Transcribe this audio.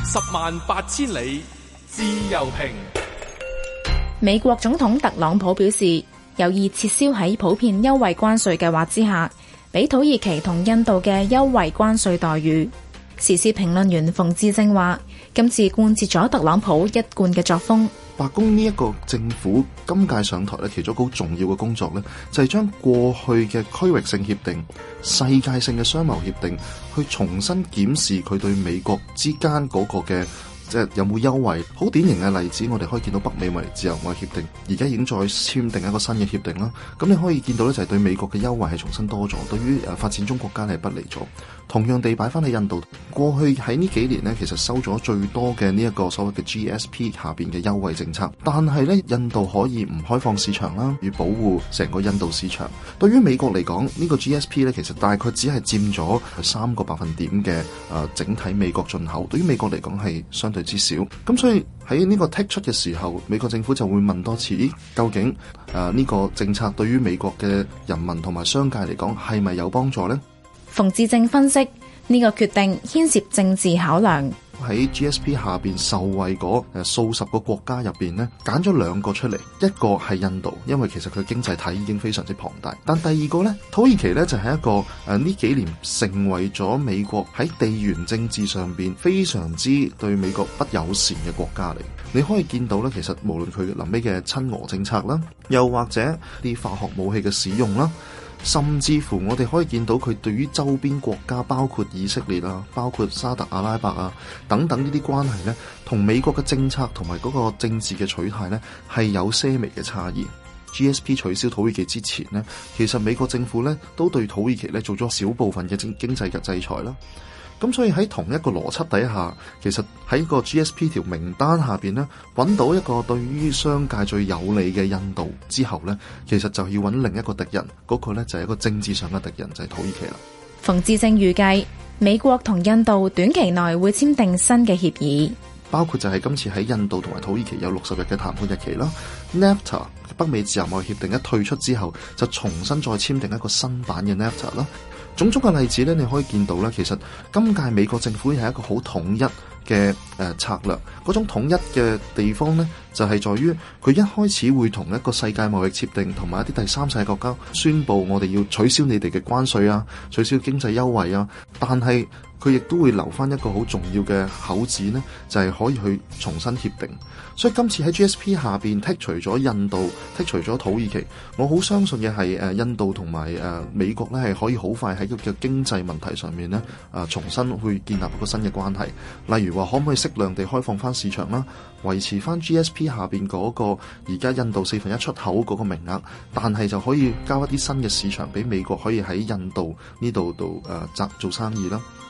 108000里自由評。 美國總統特朗普表示，有意撤銷喺普遍優惠關稅計劃之下，俾土耳其同印度嘅優惠關稅待遇。時事評論員馮智政話，今次貫徹咗特朗普一貫嘅作風。 白宮呢一個政府今屆上台咧，其中一個好重要嘅工作咧，就係將過去嘅區域性協定、世界性嘅商貿協定，去重新檢視佢對美國之間嗰個嘅即係有冇優惠。好典型嘅例子，我哋可以見到北美貿易自由貿易協定，而家已經再簽訂一個新嘅協定啦。咁你可以見到咧，就係對美國嘅優惠係重新多咗，對於發展中國家係不利咗。同樣地擺翻喺印度，過去喺呢幾年呢，其實收咗最多嘅呢一個所謂嘅 GSP 下邊嘅優惠政策，但係呢，印度可以唔開放市場啦，與保護成個印度市場。對於美國嚟講，呢個 GSP 呢，其實大概只係佔咗3個百分點嘅整體美國進口，對於美國嚟講係相對之少。咁所以喺呢個剔出嘅時候，美國政府就會問多次，究竟呢個政策對於美國嘅人民同埋商界嚟講係咪有幫助呢？ 馮智政分析，呢個決定牽涉政治考量。 喺 GSP 下邊受惠嗰數十個國家入邊呢，揀咗2個出嚟，一個係印度，因為其實佢經濟體已經非常之龐大。但第二個呢，土耳其呢，就係一個呢幾年成為咗美國喺地緣政治上邊非常之對美國不友善嘅國家嚟。你可以見到呢，其實無論佢臨尾嘅親俄政策啦，又或者啲化學武器嘅使用啦，甚至乎我哋可以見到佢對於周邊國家，包括以色列啊，包括沙特阿拉伯啊等等呢啲關係呢，同美國嘅政策同埋嗰個政治嘅取態呢，係有些微嘅差異。GSP 取消土耳其之前呢，其實美國政府呢都對土耳其呢做咗少部分嘅經濟嘅制裁啦。咁所以喺同一個邏輯底下，其實喺個 GSP 條名單下邊呢，揾到一個對於商界最有利嘅印度之後呢，其實就要揾另一個敵人，嗰個呢就係一個政治上嘅敵人，就係土耳其啦。 馮智政預計美國同印度短期內會簽訂新嘅協議， 包括就係今次喺印度同埋土耳其有60日嘅談判日期啦。NAFTA 北美自由貿易協定一退出之後，就重新再簽訂一個新版嘅 NAFTA 啦。種種嘅例子咧，你可以見到咧，其實今屆美國政府係一個好統一嘅策略。嗰種統一嘅地方咧，就係在於佢一開始會同一個世界貿易協定同埋一啲第三世界國家宣布我哋要取消你哋嘅關稅啊，取消經濟優惠啊，但係佢亦都會留翻一個好重要嘅口子呢，就係可以去重新協定。所以今次喺 GSP 下邊剔除咗印度，剔除咗土耳其，我好相信嘅係印度同埋美國咧係可以好快喺個嘅經濟問題上面咧重新去建立一個新嘅關係。例如話可唔可以適量地開放翻市場啦，維持翻 GSP 下邊嗰個而家印度1/4出口嗰個名額，但係就可以交一啲新嘅市場俾美國可以喺印度呢度做生意啦。